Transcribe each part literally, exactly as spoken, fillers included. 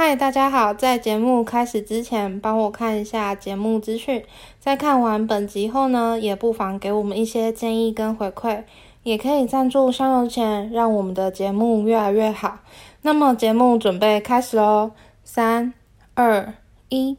嗨，大家好，在节目开始之前，帮我看一下节目资讯。在看完本集后呢，也不妨给我们一些建议跟回馈，也可以赞助香油钱，让我们的节目越来越好。那么节目准备开始咯，三、二、一。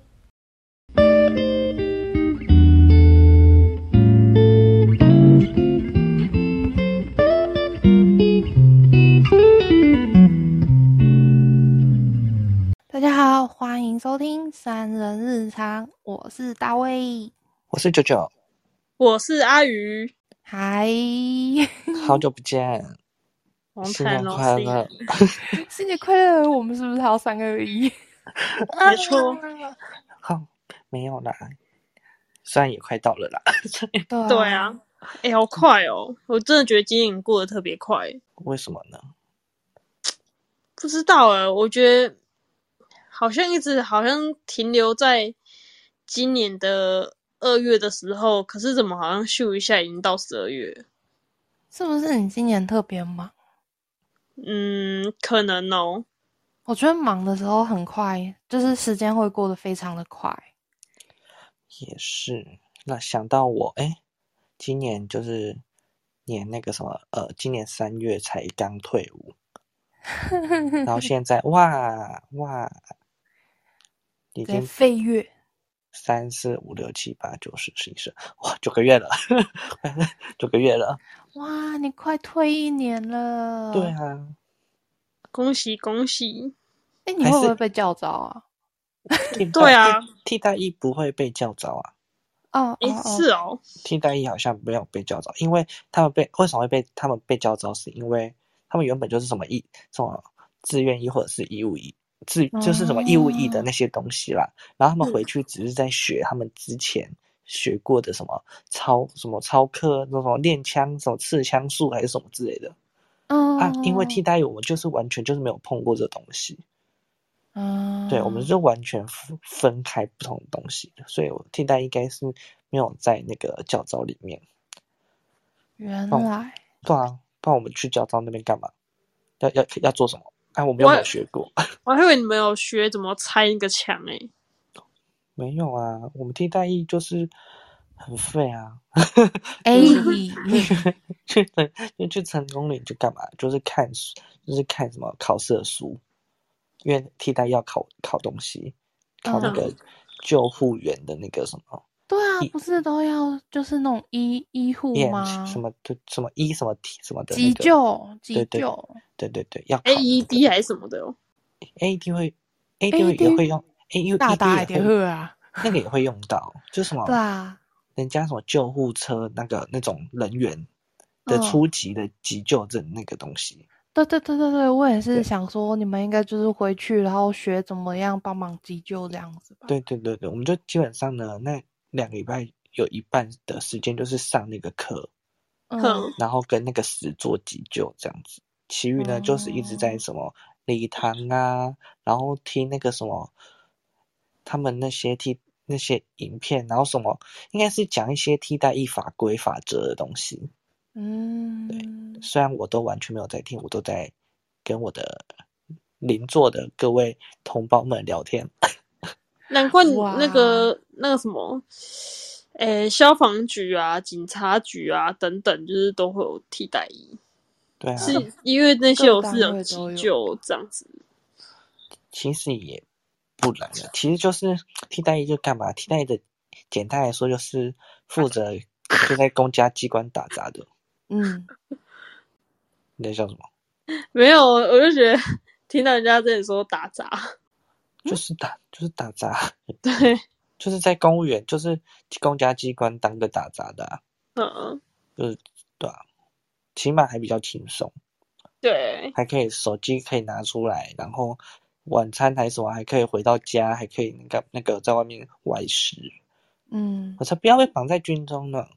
大家好，欢迎收听三人日常，我是大卫， 我是九九， 我是阿鱼。 嗨， 好久不见，新年快乐！ 新年快乐！我们是不是还要三二一？ 没错。 好，没有啦，虽然也快到了啦。 对啊， 对啊，哎、欸，好快哦！我真的觉得今年过得特别快。 为什么呢？ 不知道哎，我觉得好像一直好像停留在今年的二月的时候，可是怎么好像咻一下已经到十二月？ 是不是你今年特别忙？ 嗯，可能哦。 我觉得忙的时候很快，就是时间会过得非常的快。 也是，那想到我，哎，今年就是年那个什么，呃，今年三月才刚退伍，然后现在哇哇，已经飞跃三四五六七八九十十一十，哇，九个月了，九个月了。 哇，你快退一年了。 对啊， 恭喜恭喜！ 哎，你会不会被叫招啊？ 对啊， 替代役不会被叫招啊。 哦， 哎、欸，是哦。 替代役好像没有被叫招，因为他们被为什么会被他们被叫招，是因为他们原本就是什么义什么自愿役或者是义务役，自就是什么义务役的那些东西啦。然后他们回去只是在学他们之前学过的什么操什么操课，那种练枪什么刺枪术还是什么之类的。 嗯啊，因为替代役我们就是完全就是没有碰过这东西。 嗯， 对，我们是完全分开不同的东西的，所以我替代应该是没有在那个教招里面。 原来， 对啊，不然我们去教招那边干嘛？要要要做什么？哎、啊，我们又没有学过。 我还以为你们有学怎么拆一个墙诶、欸。 没有啊，我们替代役就是很废啊。 哎、 去去去成功岭就干嘛？就是看就是看什么考试的书。因为替代要考考东西，考那个救护员的那个什么。 对啊，不是都要就是那种医医护吗？ 什么什么医什么体什么的、那急救急救， 对对 对, 对, 对要考、 那個、A E D 还是什么的哦。 A E D 会 A E D 也会用 A E D 大大一点喝啊， 那个也会用到，就什么对啊， 人家什么救护车那个那种人员的初级的急救证那个东西。嗯对对对对对，我也是想说，你们应该就是回去，然后学怎么样帮忙急救这样子吧。 对对对对，我们就基本上呢，那两个礼拜有一半的时间就是上那个课， 嗯， 然后跟那个实做急救这样子，其余呢、嗯、就是一直在什么礼堂啊，然后听那个什么他们那些替那些影片，然后什么应该是讲一些替代役法规法则的东西。嗯，对，虽然我都完全没有在听，我都在跟我的邻座的各位同胞们聊天。 难怪那个那个什么，诶，消防局啊、警察局啊等等，就是都会有替代役。 对啊， 是因为那些有是有急救这样子。 其实也不然的，其实就是替代役就干嘛？替代役的简单来说就是负责就在公家机关打杂的。嗯，你在笑什么？ 没有，我就觉得听到人家这里说打杂， 就是打就是打杂， 对， 就是在公务员，就是公家机关当个打杂的、啊，嗯，就是对啊，起码还比较轻松， 对， 还可以手机可以拿出来，然后晚餐还什么还可以回到家，还可以那个那个在外面外食，嗯，我才不要被绑在军中呢。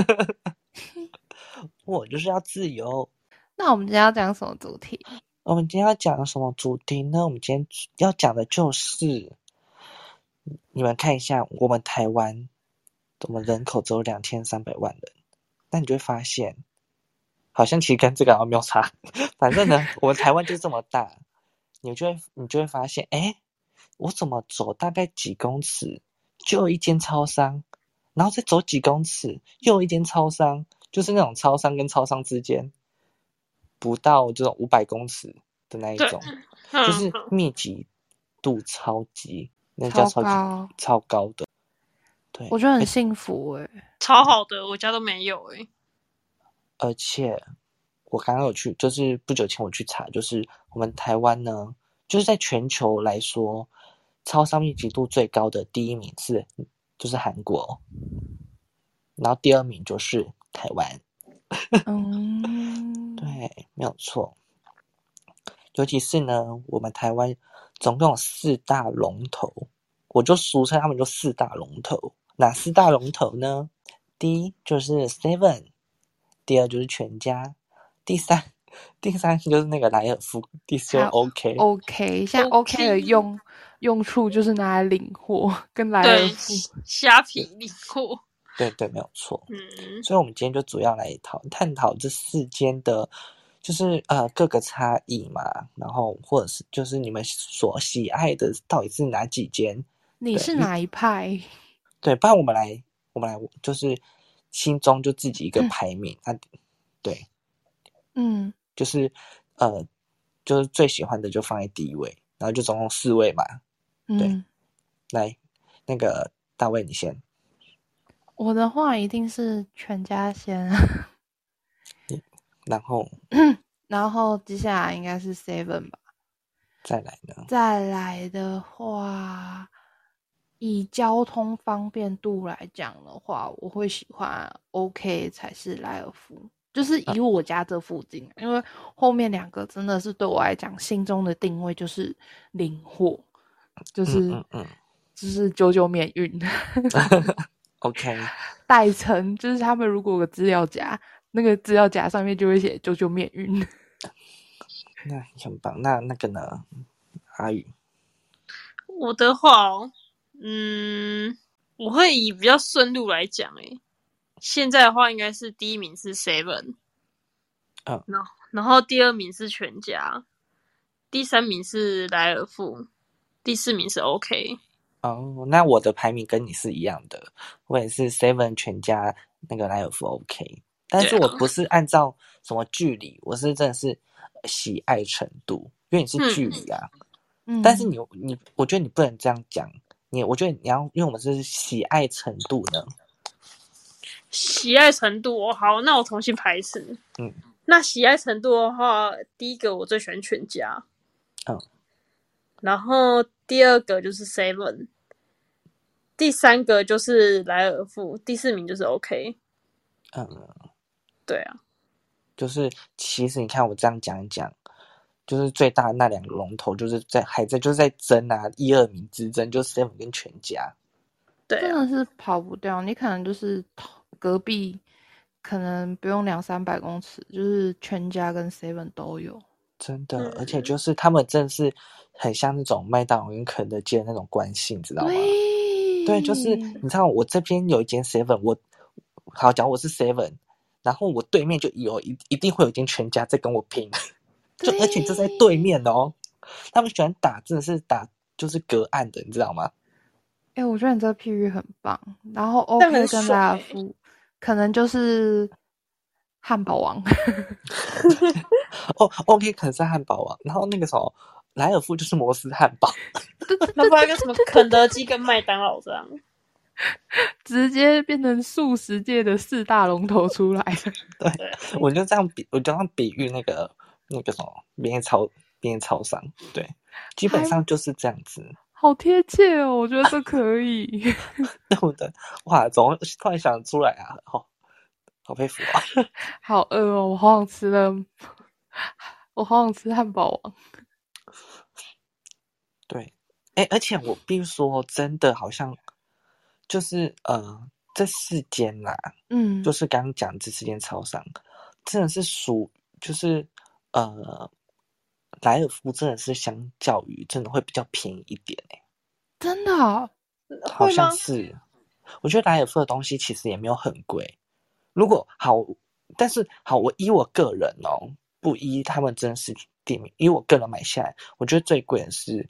我就是要自由。 那我们今天要讲什么主题？ 我们今天要讲什么主题呢？我们今天要讲的就是你们看一下我们台湾我们人口只有两千三百万人，那你就会发现好像其实跟这个好像没有差。反正呢我们台湾就是这么大，你就会你就会发现哎， 我怎么走大概几公尺就有一间超商，然后再走几公尺又有一间超商，就是那种超商跟超商之间不到这种五百公尺的那一种，就是密集度超级，那叫超级高超高的。对， 我觉得很幸福哎、欸， 超好的，我家都没有哎、欸。 而且我刚刚有去，就是不久前我去查，就是我们台湾呢，就是在全球来说，超商密集度最高的第一名是就是韩国，然后第二名就是台湾。 嗯， 对，没有错。尤其是呢，我们台湾总共有四大龙头，我就俗称他们就四大龙头。哪四大龙头呢？第一就是 Seven， 第二就是全家，第三第三就是那个莱尔富，第四就是 OK。 OK， 像 OK 的用用处就是拿来领货，跟莱尔富虾皮领货。 对对，没有错。 嗯， 所以我们今天就主要来讨探讨这四间的，就是呃各个差异嘛，然后或者是就是你们所喜爱的到底是哪几间？ 你是哪一派？ 对，不然我们来我们来就是心中就自己一个排名，那、嗯、对， 嗯， 就是呃就是最喜欢的就放在第一位，然后就总共四位嘛。对， 嗯、 来那个大卫你先。 我的话一定是全家先， 然后然后接下来应该是 Seven 吧。 再来呢？ 再来的话，以交通方便度来讲的话，我会喜欢 OK 才是莱尔富，就是以我家这附近、啊、因为后面两个真的是对我来讲心中的定位就是领货，就是嗯嗯嗯就是久久免运 OK， 代称就是他们如果有个资料夹，那个资料夹上面就会写久久免运。 那很棒。那那个呢，阿宇？ 我的话哦，嗯，我会以比较顺路来讲，诶，现在的话应该是第一名是 Seven， 嗯， 然后然后第二名是全家，第三名是莱尔富，第四名是 OK。 哦，那我的排名跟你是一样的，我也是 Seven 全家那个莱尔富 OK， 但是我不是按照什么距离，我是真的是喜爱程度，因为你是距离啊。嗯、但是你你，我觉得你不能这样讲，你我觉得你要，因为我们是喜爱程度呢。 喜爱程度哦，好，那我重新排词。 嗯， 那喜爱程度的话，第一个我最喜欢全家。 嗯。 然后第二个就是 Seven， 第三个就是莱尔富，第四名就是 OK。 嗯， 对啊， 就是其实你看我这样讲一讲，就是最大的那两个龙头就是在还在就是在争啊，一二名之争，就是 Seven 跟全家。 对、啊， 真的是跑不掉，你可能就是隔壁，可能不用两三百公尺，就是全家跟 Seven 都有。 真的、嗯，而且就是他们真的是很像那种麦当劳跟肯德基的那种关系，你知道吗？ 对， 对，就是你知道我这边有一间 Seven， 我好讲我是 Seven， 然后我对面就有一一定会有一间全家在跟我拼，就而且就在对面哦。他们喜欢打，真的是打就是隔岸的，你知道吗？ 哎、欸，我觉得你这个譬喻很棒。然后 OK 跟莱尔富、欸、可能就是汉堡王。 哦 ，OK 可能是汉堡王，然后那个什么莱尔富就是摩斯汉堡。 那不然跟什么肯德基跟麦当劳这样， 直接变成素食界的四大龙头出来了。 对，我就这样比，我就这样比喻那个那个什么便利超便利超商，对，基本上就是这样子。 好贴切哦，我觉得这可以。 对不对？哇，怎么突然想出来啊？好、哦，好佩服啊！ 好饿哦，我好想吃了，我好想吃汉堡王。 对，哎，而且我必须说，真的好像就是呃，这四间啦，嗯，就是刚刚讲这四间超商，真的是属就是呃，莱尔富真的是相较于真的会比较便宜一点哎、欸， 真的、哦、 好像是。我觉得莱尔富的东西其实也没有很贵。如果好，但是好，我依我个人哦，不依他们真实店名，依我个人买下来，我觉得最贵的是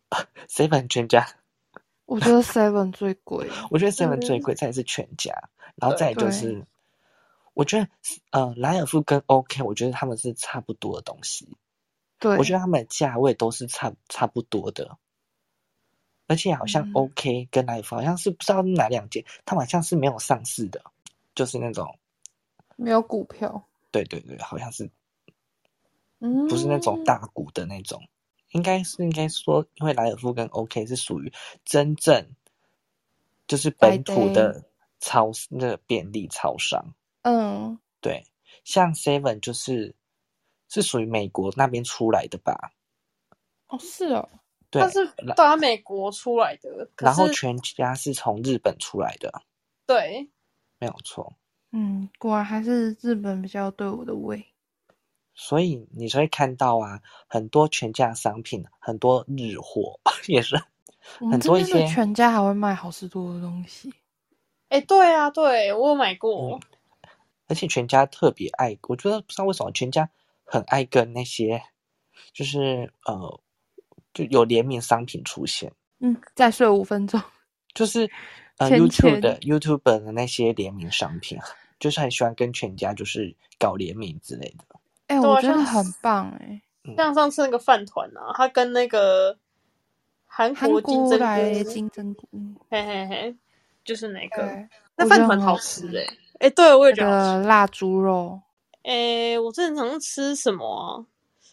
seven 全家， 我觉得 Seven 最贵。 我觉得 seven 最贵，再来是全家，然后再来就是，我觉得呃莱尔富跟 OK， 我觉得他们是差不多的东西。 对， 我觉得他们的价位都是差差不多的，而且好像 OK 跟莱尔富好像是不知道哪两间，他们好像是没有上市的，就是那种没有股票。 对对对，好像是， 嗯， 不是那种大股的那种。应该是应该说，因为莱尔富跟 OK 是属于真正就是本土的超那个便利超商。 嗯， 对，像 Seven 就是是属于美国那边出来的吧？ 哦，是哦， 对， 它是打美国出来的， 然后全家是从日本出来的。 对， 没有错。 嗯，果然还是日本比较对我的胃。 所以你会看到啊，很多全家商品，很多日货也是，很多一些全家还会卖好市多的东西。 哎、欸，对啊，对我有买过、 嗯，而且全家特别爱，我觉得不知道为什么全家很爱跟那些，就是呃，就有联名商品出现。 嗯，再睡五分钟。 就是呃 YouTube 的 YouTuber 的那些联名商品，就是很喜欢跟全家就是搞联名之类的。 哎、欸，我觉得很棒哎、 欸。像上次那个饭团啊，他跟那个韩国金针菇， 金针菇， 嘿嘿嘿，就是那个那饭团好吃哎、欸，哎、欸，对我也觉得好吃。 那个辣猪肉， 哎、欸，我正常吃什么啊？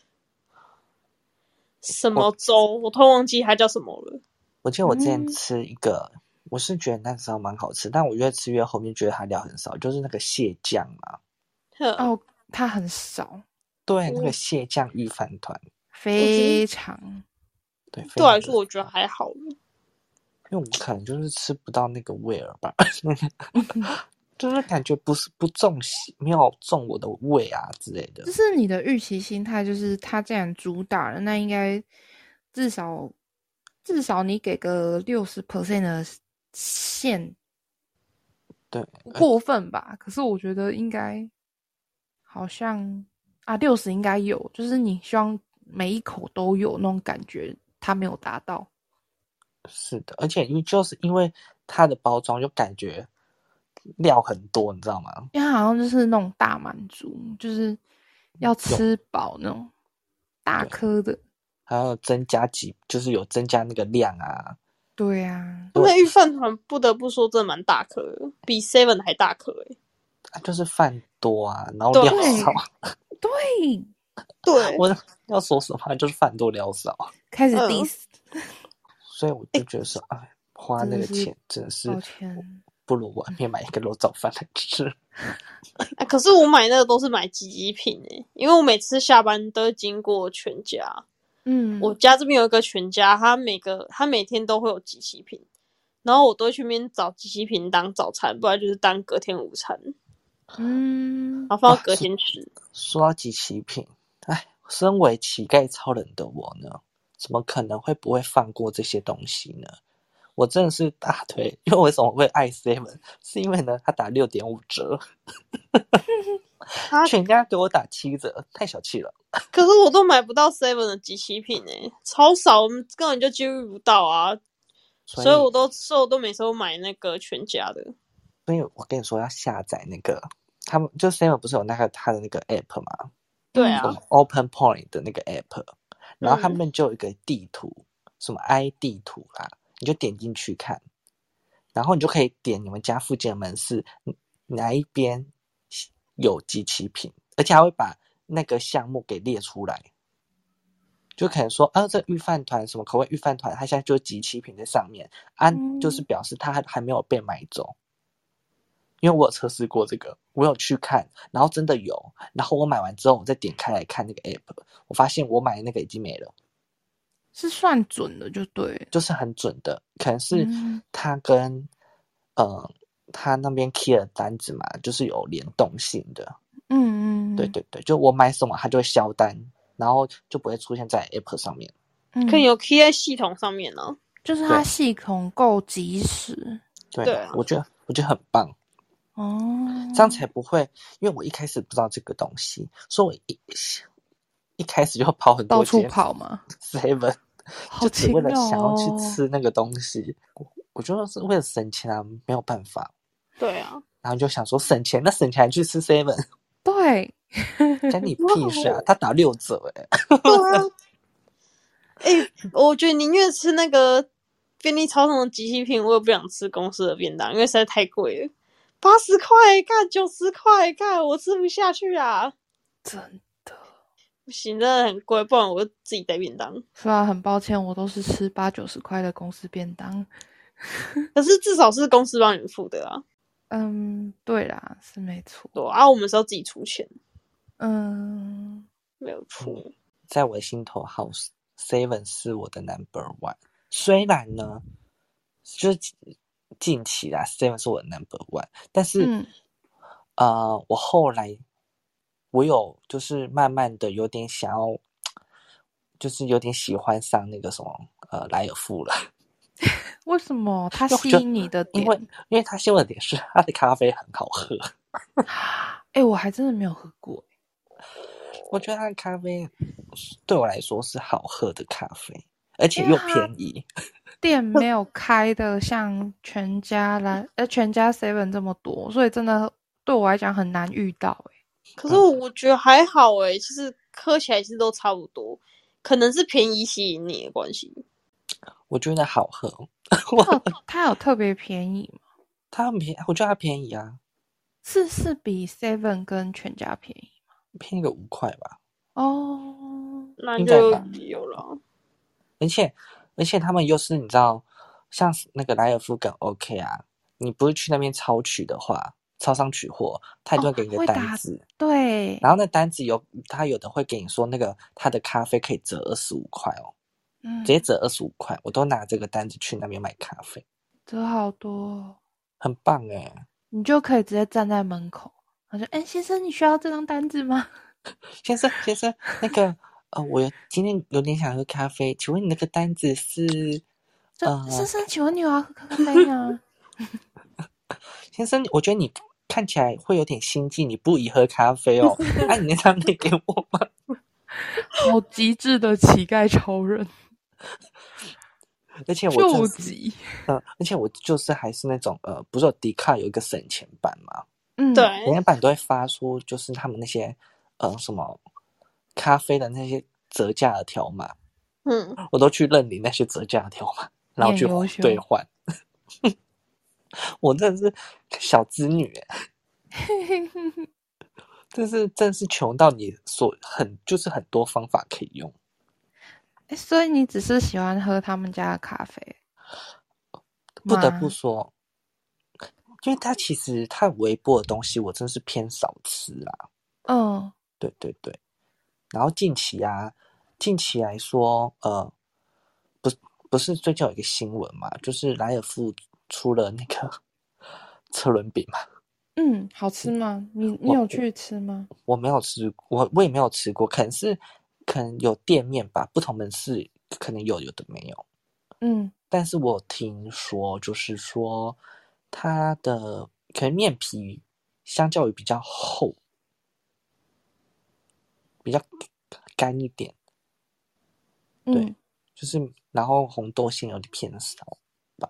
什么粥？我突然忘记它叫什么了。 我记得我之前吃一个，嗯、我是觉得那时候蛮好吃，但我越吃越后面觉得它料很少，就是那个蟹酱嘛。 哦，它很少。 对，那个蟹酱御饭团非常对， 对我来说我觉得还好， 因为我可能就是吃不到那个味儿吧，就是感觉不是不中没有中我的胃啊之类的。 就是你的预期心态，就是它既然主打了，那应该至少至少你给个六十 percent 的线， 对， 不过分吧？可是我觉得应该好像啊，六十应该有，就是你希望每一口都有那种感觉，它没有达到。 是的，而且因为就是因为它的包装就感觉料很多，你知道吗？ 因为它好像就是那种大满足，就是要吃饱那种大颗的， 还有增加几，就是有增加那个量啊。 对啊， 那御饭团不得不说真的蛮大颗的，比 Seven 还大颗诶、 欸。就是饭多啊，然后料少。 对对， 我要说实话，就是饭多料少， 开始 diss。 嗯、所以我就觉得说，哎、欸，花那个钱真的是， 抱歉， 不如外面买一个肉燥饭来吃。 啊、可是我买那个都是买即期品诶、欸，因为我每次下班都会经过全家。 嗯， 我家这边有一个全家，他每个他每天都会有即期品，然后我都会去那边找即期品当早餐，不然就是当隔天午餐。 嗯， 然后放到隔天吃。 哦、说到即期品，哎，身为乞丐超人的我呢，怎么可能会不会放过这些东西呢？我真的是大推，因为为什么会爱 Seven， 是因为呢，他打六点五折，全家给我打七折，太小气了。 可是我都买不到 Seven 的即期品诶、欸，超少，我们根本就接触不到啊。所以, 所以我都所以我都每次都买那个全家的。 所以我跟你说要下载那个，他们就 Seven 不是有那个他的那个 app 吗？ 对啊， 什么 Open Point 的那个 app， 然后他们就有一个地图，嗯、什么 i 地图啦，你就点进去看，然后你就可以点你们家附近的门市哪一边有即期品，而且还会把那个项目给列出来，就可能说啊，这御饭团什么口味御饭团，它现在就即期品在上面，啊，嗯、就是表示它还还没有被买走。因为我有测试过这个，我有去看，然后真的有，然后我买完之后，我再点开来看那个 app， 我发现我买的那个已经没了， 是算准的就对， 就是很准的，可能是他跟、嗯、呃他那边 key 的单子嘛，就是有联动性的， 嗯嗯， 对对对，就我买什么它就会销单，然后就不会出现在 app 上面， 嗯、可以有 key 在系统上面呢、啊， 就是它系统够及时， 对，对啊、我觉得我觉得很棒。 哦， 这样才不会，因为我一开始不知道这个东西，所以我一一开始就跑很多到处跑嘛 Seven， 好就只为了轻想要去哦。 吃那个东西。我我觉得是为了省钱啊，没有办法。 对啊， 然后就想说省钱，那省钱还去吃 seven， 对， 关你屁事啊！他打六折哎、 对啊，哎、我觉得宁愿吃那个便利超商的机器品，我也不想吃公司的便当，因为实在太贵了，八十块，干九十块，干我吃不下去啊！ 真的。 不行，真的很贵，不然我就自己带便当。 虽然很抱歉，我都是吃八九十块的公司便当。 可是至少是公司帮你们付的啊。 嗯，对啦，是没错。 对啊，我们是要自己出钱。 嗯， 没有错。 嗯，在我的心头 ，House Seven 是我的 Number One。虽然呢，就是近期啦 ，Seven 是我的 Number One， 但是， 嗯、 呃，我后来我有就是慢慢的有点想要，就是有点喜欢上那个什么呃莱尔富了。 为什么它吸因为我觉得引你的点？ 因为因为它吸引我的点是它的咖啡很好喝。 哎、欸，我还真的没有喝过。 我觉得它的咖啡对我来说是好喝的咖啡，而且又便宜。 店没有开的像全家来，呃，全家 seven 这么多，所以真的对我来讲很难遇到、欸。 可是我觉得还好诶、欸，其实喝起来其实都差不多，可能是便宜吸引你的关系。 我觉得好喝。 它有它有特别便宜吗？ 它很便宜，我觉得它便宜啊。 是是比 seven 跟全家便宜吗？ 便宜个五块吧。 哦， 那就应该吧有了。 而且而且他们又是你知道，像那个莱尔夫跟 OK 啊，你不是去那边超取的话，超商取货，他就会给你个单子。 哦、对， 然后那单子有他有的会给你说那个他的咖啡可以折二十五块哦。 嗯， 直接折二十五块，我都拿这个单子去那边买咖啡， 折好多， 很棒哎！ 你就可以直接站在门口，他说：“哎、欸，先生，你需要这张单子吗？” 先生，先生，那个呃，我今天有点想喝咖啡，请问你那个单子是？ 呃，先生，请问你有要喝咖啡吗？ 先生，我觉得你看起来会有点心悸，你不宜喝咖啡哦。那、啊、你那张可以给我吗？ 好极致的乞丐超人。 而且我救急， 呃，而且我就是还是那种呃，不是有迪卡有一个省钱版嘛？ 嗯， 对， 省钱版都会发出就是他们那些呃什么咖啡的那些折价的条码， 嗯， 我都去认领那些折价的条码，然后去兑换。我真的是小资女哎，真是真是穷到你所很就是很多方法可以用。 欸、所以你只是喜欢喝他们家的咖啡？ 不得不说，因为它其实它微波的东西我真是偏少吃啦。 嗯， 对对对。然后近期啊，近期来说，呃，不不是最近有一个新闻嘛，就是莱尔富出了那个车轮饼嘛。 嗯，好吃吗？你你有去吃吗？ 我, 我没有吃，我我也没有吃过，可能是可能有店面吧，不同门市可能有，有的没有。 嗯， 但是我听说，就是说它的可能面皮相较于比较厚，比较干一点。对， 嗯、 就是然后红豆馅有点偏少吧。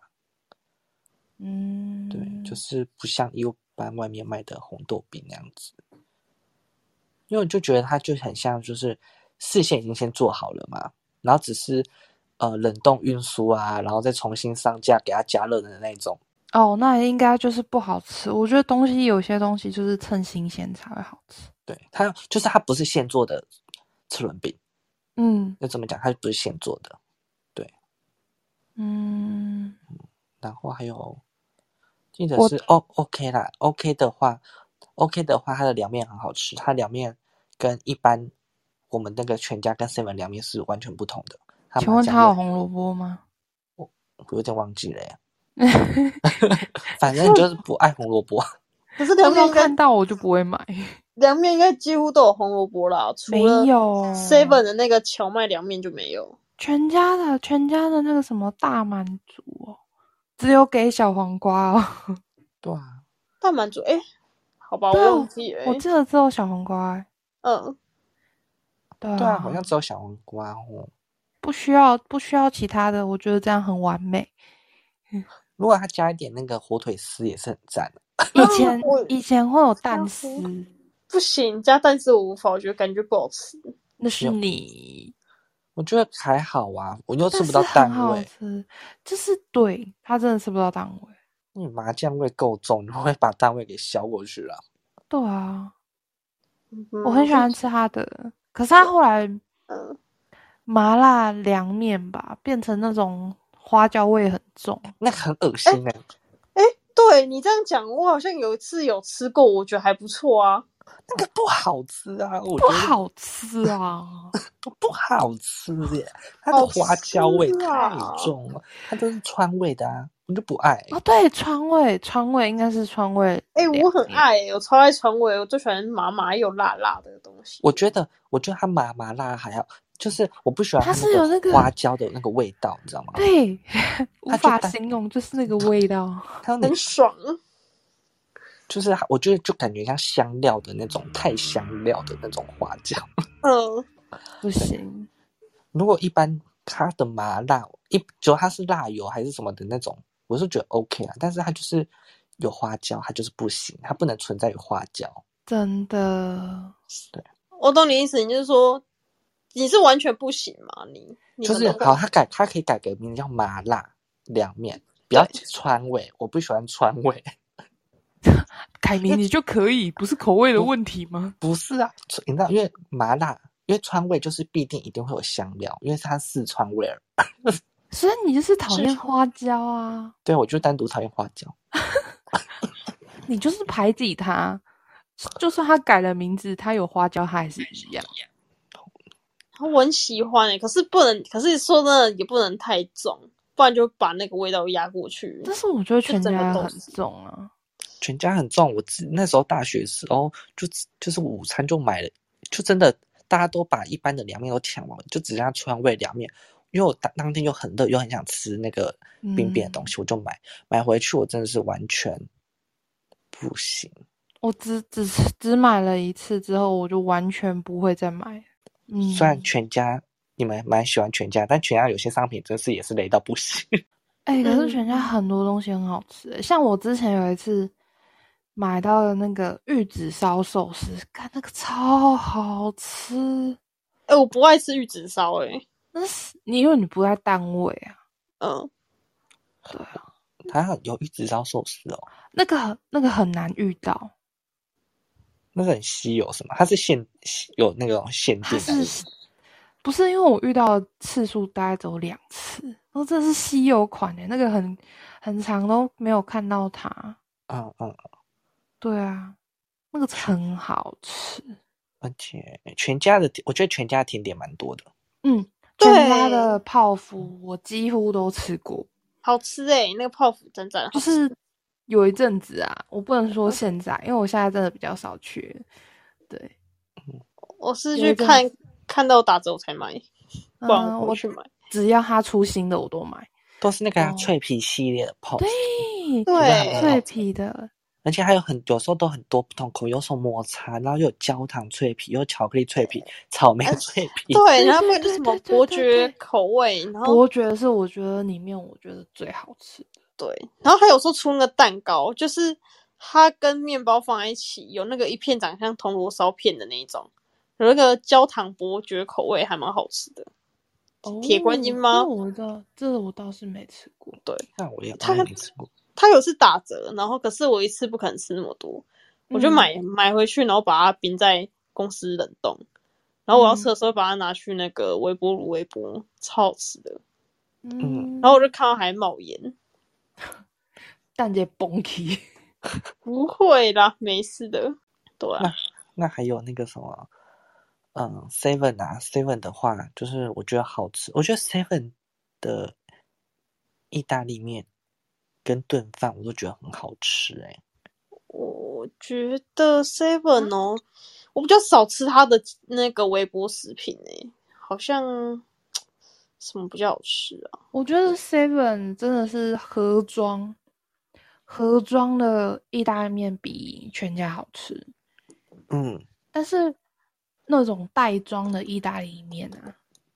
嗯， 对，就是不像一般外面卖的红豆饼那样子。因为我就觉得它就很像，就是事先已经先做好了嘛，然后只是呃冷冻运输啊，然后再重新上架给它加热的那种。 哦，那应该就是不好吃。我觉得东西有些东西就是趁新鲜才会好吃。 对，它就是它不是现做的车轮饼。 嗯， 要怎么讲？它不是现做的。对， 嗯， 然后还有记得是哦 OK 啦 ，OK 的话 ，OK 的话，它的凉面很好吃，它凉面跟一般我们那个全家跟 seven 凉面是完全不同的。 请问它有红萝卜吗？ 我我有点忘记了耶。反正就是不爱红萝卜。 可是凉面看到我就不会买。 凉面应该几乎都有红萝卜啦，除了 seven 的那个荞麦凉面就没有。 全家的全家的那个什么大满足哦，只有给小黄瓜哦。 对啊， 大满足哎，好吧，我忘记了。 我记得只有小黄瓜。 嗯， 对啊， 对啊，好像只有小黄瓜哦。 不需要不需要其他的，我觉得这样很完美。 如果他加一点那个火腿丝也是很赞的。 以前我以前会有蛋丝， 不行，加蛋丝我无法，我觉得感觉不好吃。 那是你。 我觉得还好啊，我又吃但是不到蛋很好味。 吃，就是对他真的吃不到蛋味。 你麻酱味够重，你会把蛋味给消过去了。 对啊， 嗯、 我很喜欢吃他的，可是他后来嗯麻辣凉面吧，变成那种花椒味很重， 那很恶心哎、欸。 哎、欸，对你这样讲，我好像有一次有吃过，我觉得还不错啊。 那个不好吃啊，我不觉得好吃啊， 不好吃耶，它的花椒味太重了，它都是川味的啊，我就不爱。 哦，对，川味，川味应该是川味。 哎、欸，我很爱、欸，我超爱川味，我最喜欢麻麻又辣辣的东西。 我觉得，我觉得它麻麻辣还好，就是我不喜欢它是有那个花椒的那个味道，你知道吗？ 对，无法形容，就是那个味道， 它很爽。 就是我觉得就感觉像香料的那种太香料的那种花椒。 嗯， 不行。 如果一般它的麻辣，一就它是辣油还是什么的那种，我是觉得 OK 啦。但是它就是有花椒，它就是不行，它不能存在于花椒。 真的。 对， 我懂你意思，你就是说你是完全不行吗？你, 你就是好，它改它可以改个名叫麻辣凉面，不要川味，我不喜欢川味。 改名你就可以，不是口味的问题吗？ 不, 不是啊，你知道，因为麻辣，因为川味就是必定一定会有香料，因为是它四川味儿。 所以你就是讨厌花椒啊？ 对，我就单独讨厌花椒。 你就是排挤它，就算他改了名字，他有花椒，他还是一样。 我很喜欢诶、欸，可是不能，可是说真的也不能太重，不然就把那个味道压过去。 但是我觉得全家很重啊。 全家很重，我那时候大学的时候就就是午餐就买了，就真的大家都把一般的凉面都抢完了，就只剩下川味凉面。因为我当当天又很热，又很想吃那个冰冰的东西，嗯、我就买买回去，我真的是完全不行。 我只只只买了一次之后，我就完全不会再买。嗯， 虽然全家你们蛮喜欢全家，但全家有些商品真是也是雷到不行。 哎、欸，可是全家很多东西很好吃、欸，像我之前有一次买到的那个玉子烧寿司，看那个超好吃。 哎、欸，我不爱吃玉子烧，哎， 那是你因为你不在单位啊。 嗯， 对啊， 它有玉子烧寿司哦， 那个那个很难遇到， 那个很稀有是吗？它是限有那种限定的， 是不是？因为我遇到的次数大概只有两次，然后这是稀有款的，那个很很长都没有看到它。 嗯嗯， 对啊，那个很好吃， 而且全家的，我觉得全家的甜点蛮多的。 嗯，全家的泡芙我几乎都吃过， 好吃哎、欸，那个泡芙真的就是有一阵子啊，我不能说现在，因为我现在真的比较少去。对， 我是去看看到打折我才买，不然我不去买。 嗯、只要它出新的我都买， 都是那个、啊哦、脆皮系列的泡芙。 对对， 脆皮的。 而且还有很有时候都很多不同口味，有什么抹茶，然后又有焦糖脆皮，又有巧克力脆皮、草莓脆皮。 对，然后还有什么伯爵口味，然后伯爵是我觉得里面我觉得最好吃的。 对，然后还有时候出那个蛋糕，就是它跟面包放在一起，有那个一片长像铜锣烧片的那一种，有那个焦糖伯爵口味，还蛮好吃的。 哦， 铁观音吗？ 我倒这我倒是没吃过。 对， 那我也他没吃过。 它有次打折，然后可是我一次不可能吃那么多，我就买、嗯、买回去，然后把它冰在公司冷冻，然后我要吃的时候把它拿去那个微波炉微波，超好吃的。嗯，然后我就看到还冒烟， 蛋姐崩起， 不会啦，没事的。对啊， 那那还有那个什么，嗯 ，seven 啊 ，seven 的话，就是我觉得好吃，我觉得 seven 的意大利面跟炖饭我都觉得很好吃哎、欸。 我觉得 seven 哦，我比较少吃它的那个微波食品哎、欸，好像什么比较好吃啊？ 我觉得 seven 真的是盒装，盒装的意大利面比全家好吃。 嗯， 但是那种袋装的意大利面啊，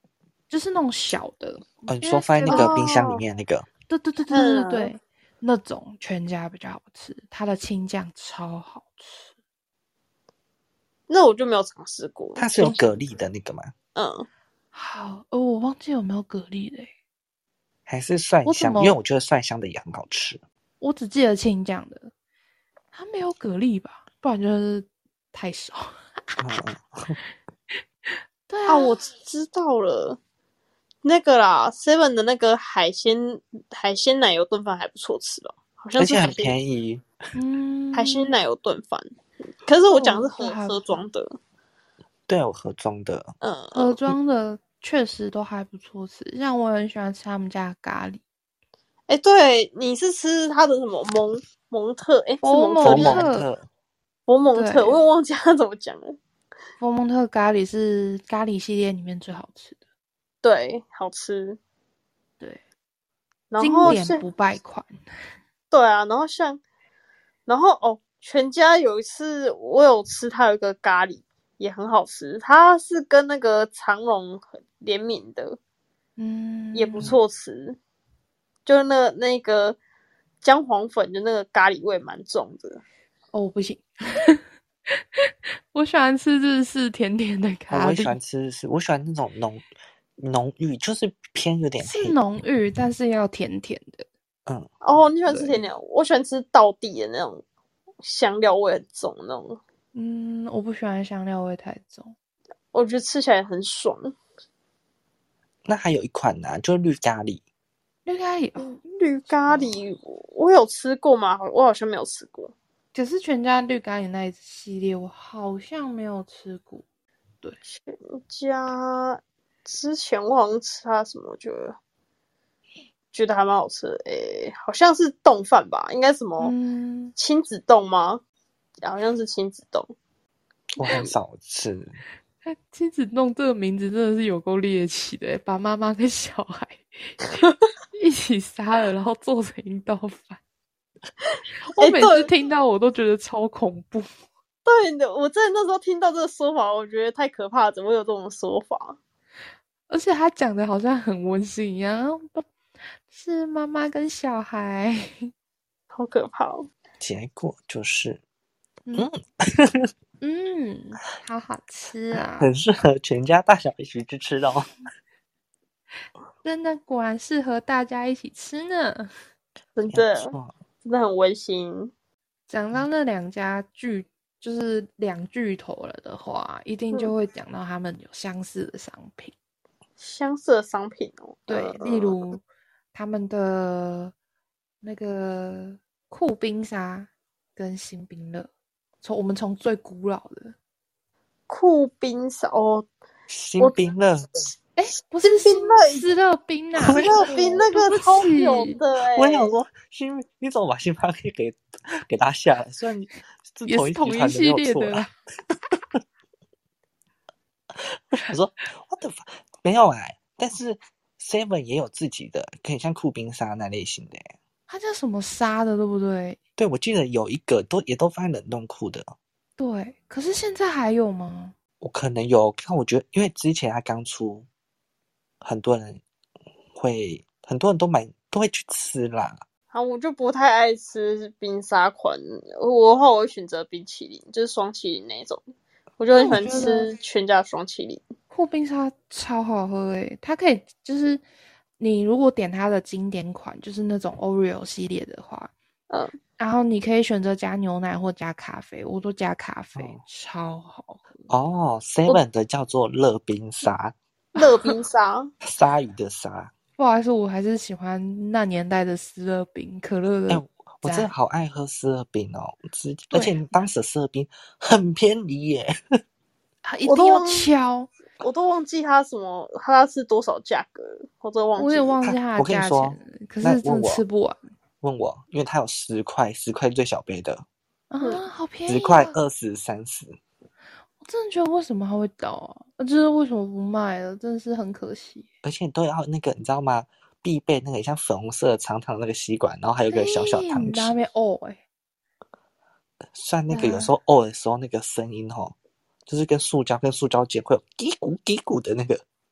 就是那种小的。 哦，你说放在那个冰箱里面那个？ 对对对对对对对，那种全家比较好吃，它的青酱超好吃。 那我就没有尝试过。 它是有蛤蜊的那个吗？ 嗯， 好，哦，我忘记有没有蛤蜊嘞， 还是蒜香？因为我觉得蒜香的也很好吃。 我只记得青酱的，它没有蛤蜊吧？不然就是太少。 嗯对啊， 啊，我知道了，那个啦 ，seven 的那个海鲜海鲜奶油炖饭还不错吃吧？好像是而且很海鲜便宜。 嗯， 海鲜奶油炖饭。可是我讲的是盒、 哦、 盒装的， 对，有盒装的。 嗯， 盒装的确实都还不错吃，像我很喜欢吃他们家的咖喱。 哎、欸，对，你是吃它的什么蒙蒙特？哎、欸，是蒙特蒙特， 佛蒙特，我也忘记它怎么讲了。 佛蒙特咖喱是咖喱系列里面最好吃的， 对，好吃， 对， 然后经典不败款。 对啊，然后像，然后哦，全家有一次我有吃它有一个咖喱也很好吃，它是跟那个长荣联名的， 嗯， 也不错吃，就是那那个姜黄粉的那个咖喱味蛮重的。 哦，不行。我喜欢吃日式甜甜的咖喱、 哦、我也喜欢吃日式，我喜欢那种浓浓郁，就是偏有点黑， 是浓郁，但是要甜甜的。 嗯， 哦，你喜欢吃甜甜，我喜欢吃道地的那种香料味很重那种。 嗯，我不喜欢香料味太重， 我觉得吃起来很爽。 那还有一款呢、啊，就是绿咖喱。 绿咖喱、哦， 绿咖喱我有吃过吗？我好像没有吃过。 可是全家绿咖喱那一系列我好像没有吃过。对， 全家之前我好像吃它什么，我觉得觉得还蛮好吃的。诶，好像是冻饭吧？应该什么亲子冻吗？嗯、好像是亲子冻。 我很少吃。 亲子冻这个名字真的是有够猎奇的，把妈妈跟小孩一起杀了，然后做成一道饭。我每次听到我都觉得超恐怖。 对的，我在那时候听到这个说法，我觉得太可怕了，怎么会有这种说法？ 而且他讲的好像很温馨一样，是妈妈跟小孩， 好可怕哦。 结果就是， 嗯嗯，好好吃啊， 很适合全家大小一起去吃哦。 真的果然适合大家一起吃呢， 真的，真的很温馨。 讲到那两家巨，就是两巨头了的话，一定就会讲到他们有相似的商品。 相似的商品哦， 对， 呃、 例如他们的那个酷冰沙跟新冰乐，从我们从最古老的酷冰沙哦， 新冰乐， 哎，不是新冰乐， 斯乐冰啊， 斯乐冰那个超有的哎、欸， 我想说新，你怎么把星巴克给给他下来？虽然是也是同一系列的啦。 我想说 ，what the fuck？ 没有哎、欸，但是 Seven 也有自己的，可以像酷冰沙那类型的、欸。 它叫什么沙的，对不对？ 对，我记得有一个都也都放在冷冻库的。 对，可是现在还有吗？ 我可能有，但我觉得因为之前它刚出，很多人会，很多人都买，都会去吃啦。 啊，我就不太爱吃冰沙款，我的话我会选择冰淇淋，就是双淇淋那种。我就很喜欢吃全家双淇淋。 酷冰沙超好喝诶、欸，它可以就是你如果点它的经典款，就是那种 Oreo 系列的话， 嗯， 然后你可以选择加牛奶或加咖啡，我都加咖啡，哦、超好喝。 哦 ，Seven 的叫做热冰沙， 热冰沙， 鲨鱼的鲨。 不好意思，我还是喜欢那年代的斯乐冰，可乐的。 哎、欸，我真的好爱喝斯乐冰哦，而且当时斯乐冰很便宜耶， 一定要敲。 我都忘记它什么，它是多少价格，我都忘记。 我也忘记它的价钱，可是真的吃不完。 问我，因为它有十块，十块最小杯的啊，好便宜、啊， 十块、二十、三十。 我真的觉得为什么它会倒啊？就是为什么不卖了？真的是很可惜。 而且都要那个，你知道吗？必备那个像粉红色的长长的那个吸管，然后还有一个小小汤匙。 那边哦哎， 算那个有时候哦的时候那个声音吼。就是跟塑胶跟塑胶剪会有嘀咕嘀咕的那个，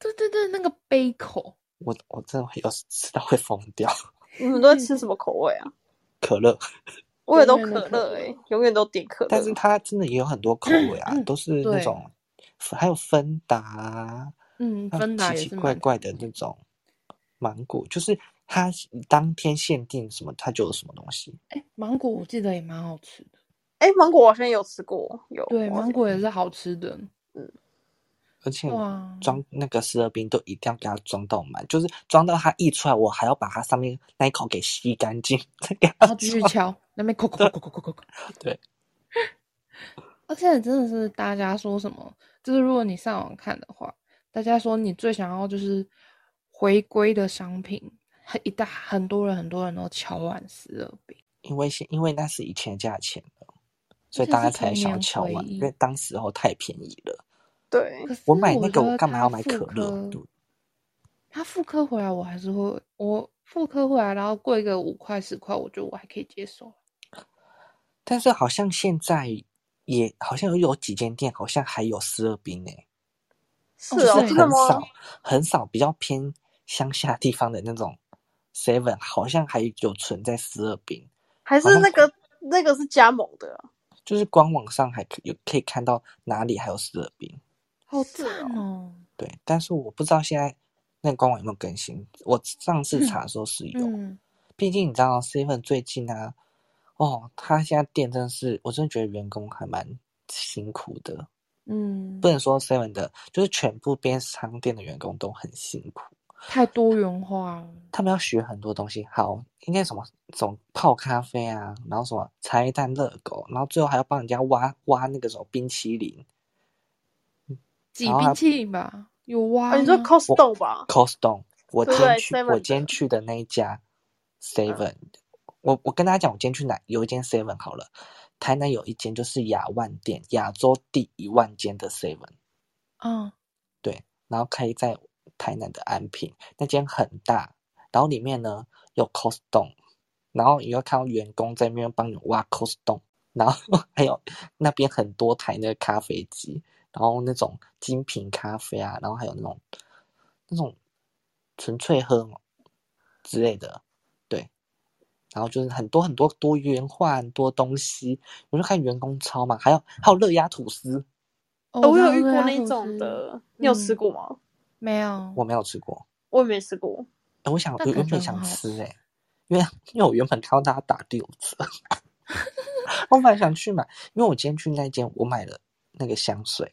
对对对，那个杯口， 我我真的有吃到会疯掉。 你们都在吃什么口味啊？ 可乐， 我也都永远的可可乐诶、 乐永远都点可乐。 但是它真的也有很多口味啊，都是那对种，还有芬达啊， 嗯， 还有芬达奇奇也是蛮怪怪的那种芒果，就是它当天限定什么，它就有什么东西。 哎，芒果我记得也蛮好吃的。 哎、芒果我好像有吃过，有。 对， 我好像芒果也是好吃的。 嗯， 而且哇， 装那个十二冰都一定要给它装到满，就是装到它溢出来，我还要把它上面那一口给吸干净，再给它然后继续装。 敲，那边扣扣扣扣扣扣扣。 对， 而且真的是大家说什么，就是如果你上网看的话，大家说你最想要就是回归的商品，很一大很多人很多人都敲碗十二饼， 因为现因为那是以前的价钱了，所以而且是大家才想要童年敲碗， 回忆因为当时候太便宜了。 对， 可是我买那个我觉得干嘛要买它复可乐？ 刻对， 它复刻回来我还是会，我复刻回来然后贵个五块十块，我觉得我还可以接受。 但是好像现在也好像有几间店好像还有十二冰诶， 是哦， 就是真的吗？ 很少很少比较偏乡下地方的那种 seven 好像还有存在十二冰， 还是那个那个是加盟的、啊？ 就是官网上还可有可以看到哪里还有十二冰。 好是赞哦！ 对，但是我不知道现在那个官网有没有更新。我上次查的时候是有， 嗯， 毕竟你知道 seven 最近啊，哦，他现在店真的是，我真的觉得员工还蛮辛苦的。 嗯， 不能说 seven 的，就是全部边商店的员工都很辛苦， 太多元化了。 他们要学很多东西。好，应该什么什么泡咖啡啊，然后什么茶叶蛋热狗，然后最后还要帮人家挖挖那个什么冰淇淋。 挤冰淇淋吧？有挖啊，你说吗？ Costco 吧？ Costco， 我今对对天去， ，seven 我今天的去的那一家 seven，、 嗯、 我我跟大家讲，我今天去哪有一间 seven 好了，台南有一间就是亚万店，亚洲第一万间的 seven， 嗯， 对，然后开在台南的安平，那间很大，然后里面呢有 Costco， 然后你会看到员工在那边帮你挖 Costco， 然后还有那边很多台那个咖啡机，然后那种精品咖啡啊，然后还有那种那种纯粹喝之类的，对，然后就是很多很多多元化很多东西，我就看员工超嘛，还有还有热压吐司， 哦， 我有知道热压遇过那吐司种的，你有吃嗯过吗？ 没有？ 我没有吃过。 我也没吃过。 欸、我想我但感觉原本想很好吃。 吃诶、欸，因为因为我原本看到大家打六折，我本来想去买，因为我今天去那间我买了那个香水，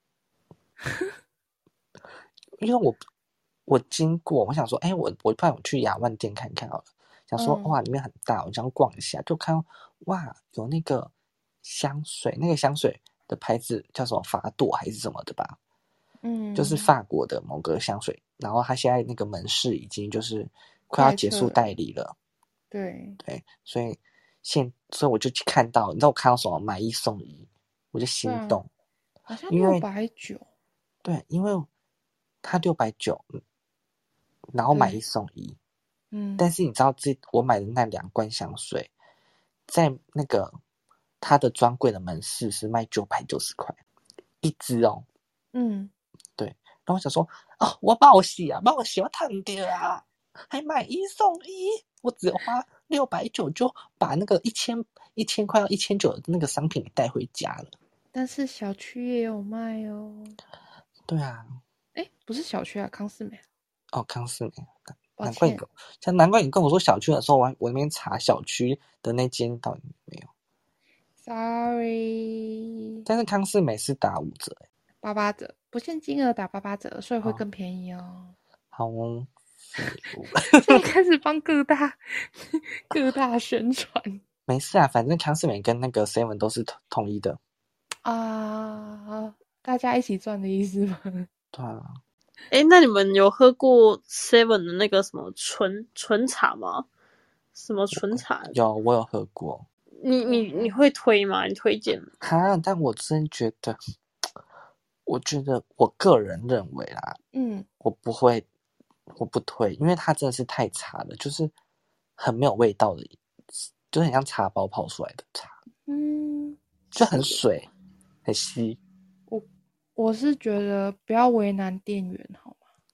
因为我我经过，我想说，哎、欸，我我不然我去雅万店看看好了，想说、 嗯、 哇里面很大，我想逛一下，就看到哇有那个香水，那个香水的牌子叫什么法朵还是什么的吧， 嗯， 就是法国的某个香水，然后它现在那个门市已经就是快要结束代理了。 对对，所以现所以我就去看到，你知道我看到什么买一送一，我就心动， 好像六因为百九， 对，因为它六百九，然后买一送一， 嗯， 但是你知道这我买的那两罐香水，在那个它的专柜的门市是卖九百九十块一支哦， 嗯， 对，然后我想说哦，我报喜啊，报喜我烫掉啊，还买一送一，我只花六百九就把那个一千一千块到一千九的那个商品给带回家了。 但是小区也有卖哦。 对啊， 哎，不是小区啊，康士美。 哦，康士美， 抱难怪你歉， 像难怪你跟我说小区的时候，我我那边查小区的那间到底没有。 Sorry， 但是康士美是打五折欸， 八八折，不限金额打八八折，所以会哦更便宜哦。 好哦，废物现在开始帮各大各大宣传没事啊，反正康士美跟那个 seven 都是统统一的。 啊，大家一起赚的意思吗？ 对啊， 哎，那你们有喝过 Seven 的那个什么纯纯茶吗？什么纯茶？ 有我有喝过。 你你你会推吗？你推荐吗？ 哈，但我真觉得，我觉得我个人认为啦， 嗯， 我不会，我不推，因为它真的是太茶了，就是很没有味道的，就很像茶包泡出来的茶， 嗯， 就很水，很稀。 我我是觉得不要为难店员好吗？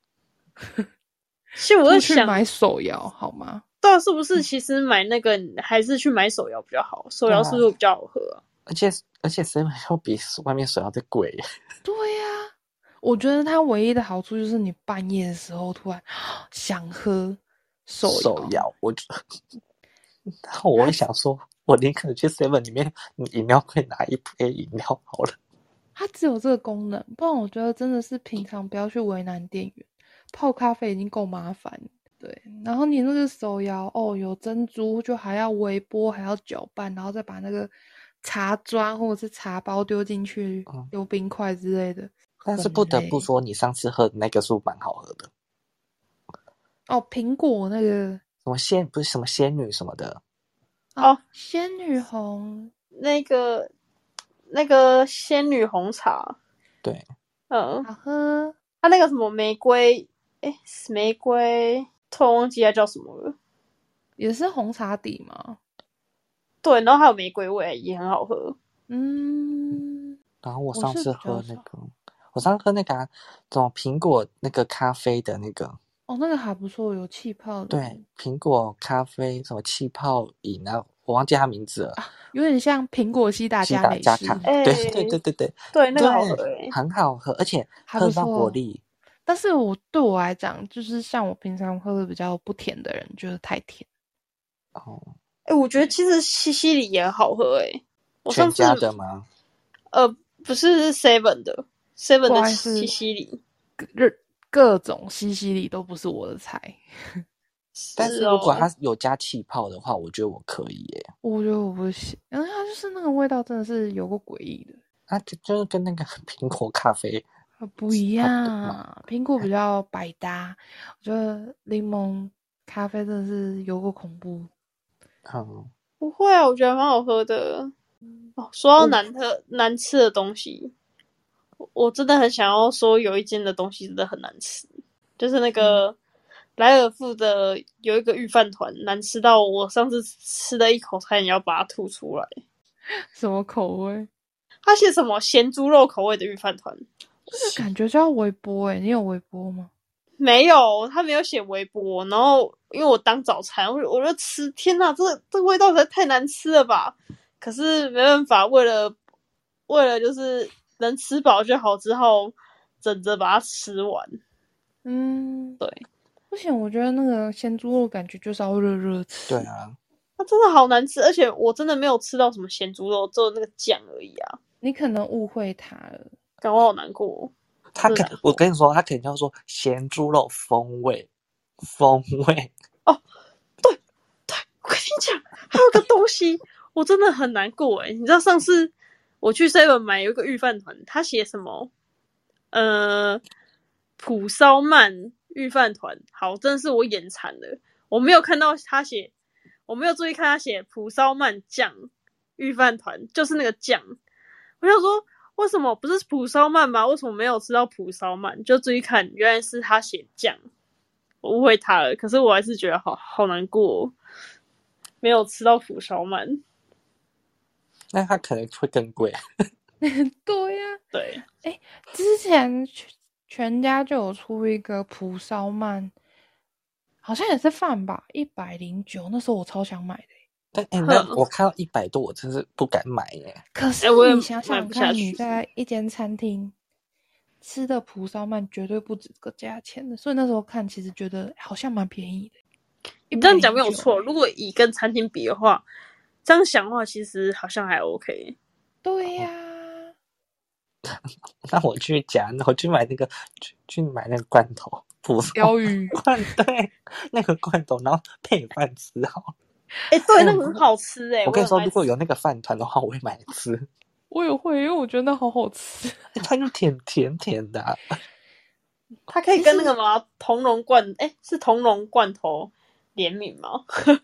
其实我在不去想， 买手摇好吗？ 对啊，是不是其实买那个还是去买手摇比较好？手摇是不是会比较好喝啊？ 而且而且 seven 要比外面手摇再贵耶。 对呀、啊，我觉得它唯一的好处就是你半夜的时候突然想喝手摇， 手摇我然后我会想说，我宁可去 seven 里面饮料柜拿一杯饮料好了。 它只有这个功能，不然我觉得真的是平常不要去为难店员，泡咖啡已经够麻烦。对，然后你那个手摇哦，有珍珠就还要微波，还要搅拌，然后再把那个茶砖或者是茶包丢进去， 嗯， 丢冰块之类的。 但是不得不说，你上次喝的那个是蛮好喝的。 哦，苹果那个什么仙不是什么仙女什么的哦， 仙女红那个那个仙女红茶， 对， 嗯， 好喝。 它那个什么玫瑰，诶，玫瑰，突然忘记它叫什么了。 也是红茶底吗？ 对，然后还有玫瑰味，也很好喝。 嗯， 然后我上次喝那我个，我上次喝那个啊，什么苹果那个咖啡的那个， 哦，那个还不错，有气泡的。 对，苹果咖啡什么气泡饮啊，我忘记它名字了。 啊，有点像苹果西打西打加美式。 加卡， 哎， 对对对对对对，那个好喝诶。 很好喝，而且还不喝到果错。 粒。 但是我对我来讲，就是像我平常喝的比较不甜的人，觉得太甜。 哦， 哎，我觉得其实西西里也很好喝诶。我上次全家的吗？ 呃，不是 Seven 的 ，Seven 的不好意思西西里。 各各种西西里都不是我的菜。 但是如果它有加气泡的话，我觉得我可以耶。 我觉得我不行，因为它就是那个味道真的是有个诡异的。 它就就是跟那个苹果咖啡不一样，苹果比较百搭，我觉得柠檬咖啡真的是有个恐怖。 嗯， 不会啊，我觉得蛮好喝的。哦，说到难喝、难吃的东西，我真的很想要说有一间的东西真的很难吃，就是那个莱尔富的有一个御饭团，难吃到我上次吃了一口差点要把它吐出来。 什么口味？ 它写什么咸猪肉口味的御饭团？ 这个感觉就要微波诶，你有微波吗？ 没有，他没有写微波。然后因为我当早餐，我我就吃，天哪，这这味道实在太难吃了吧！可是没办法，为了为了就是能吃饱就好，之后整着把它吃完。 嗯， 对， 不行，我觉得那个咸猪肉感觉就是要热热吃。 对啊， 它真的好难吃，而且我真的没有吃到什么咸猪肉，只有那个酱而已啊！ 你可能误会它了， 感我好难过。 它可我跟你说，它可能叫做咸猪肉风味，风味哦，对对，我跟你讲，还有个东西我真的很难过诶，你知道上次我去 seven 买有一个御饭团，他写什么？呃，蒲烧鳗御饭团，好，真的是我眼馋了，我没有看到他写，我没有注意看他写蒲烧鳗酱御饭团，就是那个酱，我想说。为什么不是蒲烧鳗吗？为什么没有吃到蒲烧鳗？就注意看，原来是他写酱，我误会他了。可是我还是觉得好好难过、哦，没有吃到蒲烧鳗。 那它可能会更贵。 对呀、啊， 对， 哎，之前全家就有出一个蒲烧鳗，好像也是饭吧，一百零九，那时候我超想买的。 但哎、欸，那我看到一百多，我真是不敢买耶。 可是你想想看，你在一间餐厅吃的蒲烧鳗绝对不止这个价钱的，所以那时候看其实觉得好像蛮便宜的。 你这样讲没有错，如果以跟餐厅比的话，这样想的话，其实好像还 OK。 对呀、啊， 那我去夹，我去买那个，去去买那个罐头，蒲烧鲷鱼罐，对，那个罐头，然后配饭吃好。 哎、欸，对，那个很好吃哎、欸！ 我跟你说，如果有那个饭团的话，我会买来吃。 我也会，因为我觉得那好好吃。 它就甜甜甜的、啊， 它可以跟那个嘛同龙罐，哎、欸，是同龙罐头联名吗？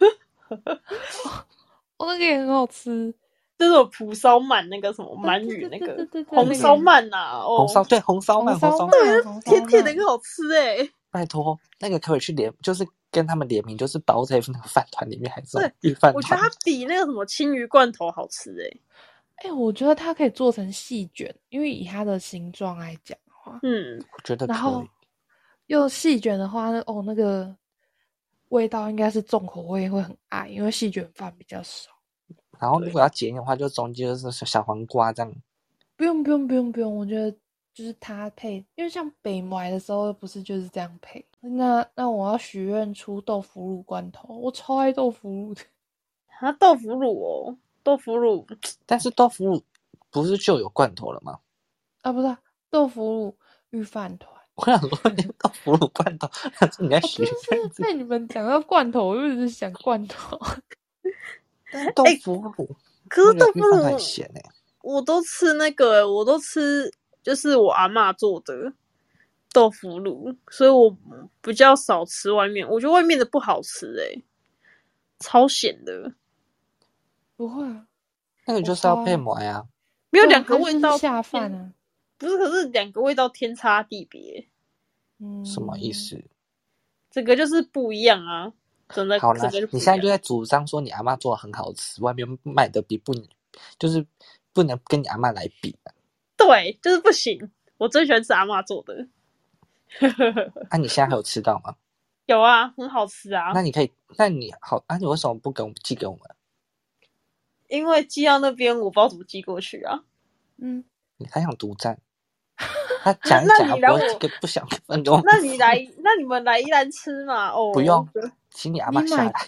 哦，那个也很好吃， 就是有蒲烧鳗那个什么鳗鱼那个红烧鳗呐，哦， 红烧对红烧鳗，红烧对，甜甜的很好吃哎、欸！ 拜托，那个可以去联，就是跟他们联名，就是包在那个饭团里面，还是御饭团。 我觉得它比那个什么青鱼罐头好吃哎、欸。 哎、欸，我觉得它可以做成细卷，因为以它的形状来讲的话， 嗯，我觉得可以。 又细卷的话，哦，那个味道应该是重口味会很爱，因为细卷饭比较少。 然后如果要减一点的话，就中间就是小黄瓜这样。 不用不用不用不用，我觉得就是它配，因为像北麦的时候不是就是这样配。那那我要许愿出豆腐乳罐头，我超爱豆腐乳的。 啊，豆腐乳哦，豆腐乳， 但是豆腐乳不是就有罐头了吗？ 啊，不是、啊、豆腐乳御饭团。 我想说豆腐乳罐头，你在许愿？ 被你们讲到罐头，我就一直想罐头。 豆腐乳， 欸、可是豆腐乳很咸哎、欸， 我都吃那个、欸，我都吃就是我阿嬷做的豆腐乳，所以我比较少吃外面。我觉得外面的不好吃哎、欸，超咸的。 不会啊， 那个就是要配馍呀、啊， 没有两个味道下饭啊。 不是，可是两个味道天差地别。 嗯， 什么意思？ 这个就是不一样啊。真的， 好啦，你现在就在主张说你阿嬷做的很好吃，外面卖的比不，就是不能跟你阿嬷来比、啊。 对，就是不行。我最喜欢吃阿嬷做的。 啊，你现在还有吃到吗？ 有啊，很好吃啊。 那你可以，那你好，啊，你为什么不给我们寄给我们？ 因为寄到那边，我不知道怎么寄过去啊。 嗯， 你还想独占？他讲一讲，不会给不想分给我们。 那你来，那你们来宜兰吃嘛？哦， 不用，请你阿嬷下来。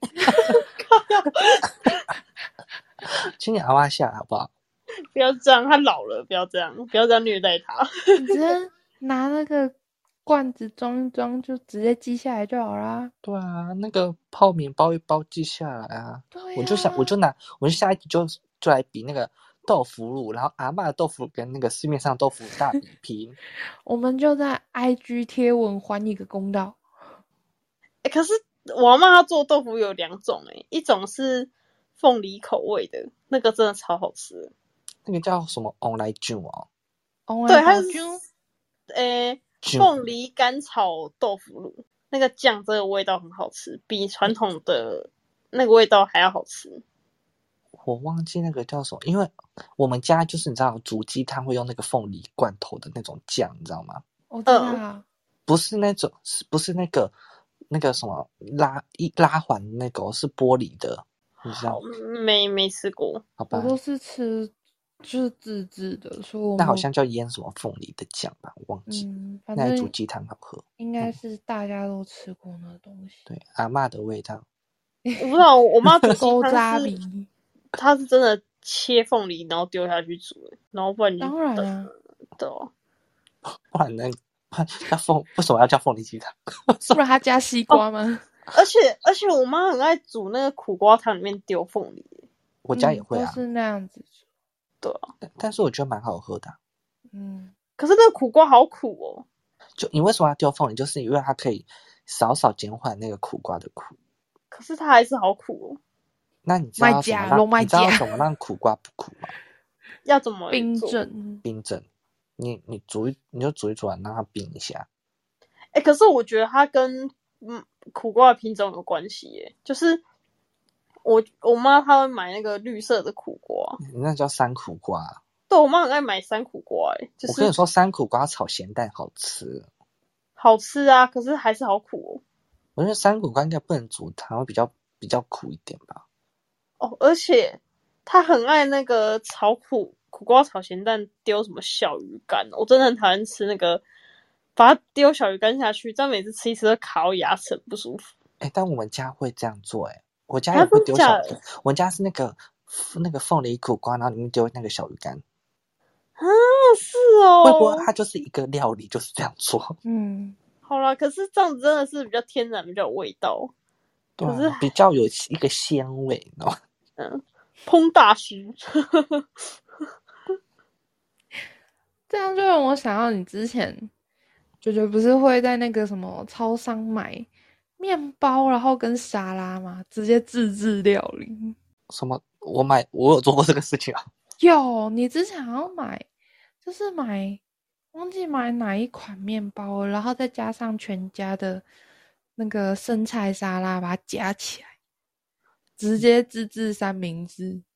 请你阿嬷下来好不好？ 不要这样，他老了，不要这样，不要这样虐待他。 你直接拿那个罐子装一装，就直接寄下来就好啦。 对啊，那个泡面包一包寄下来啊。 对啊， 我就想，我就拿，我就下一集就就来比那个豆腐乳，然后阿嬷的豆腐跟那个市面上的豆腐大比拼。 我们就在 I G 贴文还一个公道。 欸、可是我阿嬷她做豆腐有两种哎、欸，一种是凤梨口味的，那个真的超好吃。 那个叫什么 on 来卷哦？ 对，它是诶凤梨干炒豆腐乳，那个酱真的味道很好吃，比传统的那个味道还要好吃。 我忘记那个叫什么，因为我们家就是你知道煮鸡汤会用那个凤梨罐头的那种酱，你知道吗？ 我知道、嗯， 不是那种，不是那个那个什么拉一拉环那个，是玻璃的，你知道吗？ 没没吃过， 好吧， 我都是吃就是自制的，所以我那好像叫腌什么凤梨的酱吧，我忘记。 嗯，反正那煮鸡汤好喝， 应该是大家都吃过那东西。 对，阿嬷的味道。 我不知道，我妈煮勾扎比，她是真的切凤梨，然后丢下去煮，然后不然你当然啊， 对啊， 不然那叫凤为什么要叫凤梨鸡汤？ 不然他加西瓜吗？ 哦、而且而且我妈很爱煮那个苦瓜汤，里面丢凤梨。 我家也会啊， 嗯、都是那样子。 对啊， 但是我觉得蛮好喝的、啊。 嗯， 可是那个苦瓜好苦哦。 就你为什么要丢凤梨？就是因为它可以少少减缓那个苦瓜的苦。 可是它还是好苦哦。 那你知道怎么让你知道怎么让苦瓜不苦吗？ 要怎么冰镇？ 冰镇。你你煮一你就煮一煮完，让它冰一下。 哎、欸，可是我觉得它跟嗯苦瓜的品种有关系耶，就是我我妈她会买那个绿色的苦瓜， 那叫山苦瓜。 对，我妈很爱买山苦瓜，哎、就是， 我跟你说，山苦瓜炒咸蛋好吃， 好吃啊，可是还是好苦哦。 我觉得山苦瓜应该不能煮汤，会比较比较苦一点吧。 哦，而且她很爱那个炒苦苦瓜炒咸蛋丢什么小鱼干，我真的很讨厌吃那个。把它丢小鱼干下去，这样每次吃一次都卡到牙齿，很不舒服。 哎、欸，但我们家会这样做、欸，哎，我家也会丢小鱼干。我家是那个那个凤梨苦瓜，然后里面丢那个小鱼干。 啊，是哦。 会不会它就是一个料理，就是这样做？ 嗯， 好啦，可是这样子真的是比较天然，比较有味道。 对、啊， 可是比较有一个鲜味，你知道吗？ 嗯，烹大师。 这样就让我想到你之前。舅舅不是会在那个什么超商买面包，然后跟沙拉吗？直接自制料理。 什么？我买，我有做过这个事情啊。 有，你之前好像买，就是买，忘记买哪一款面包了，然后再加上全家的那个生菜沙拉，把它夹起来，直接自制三明治。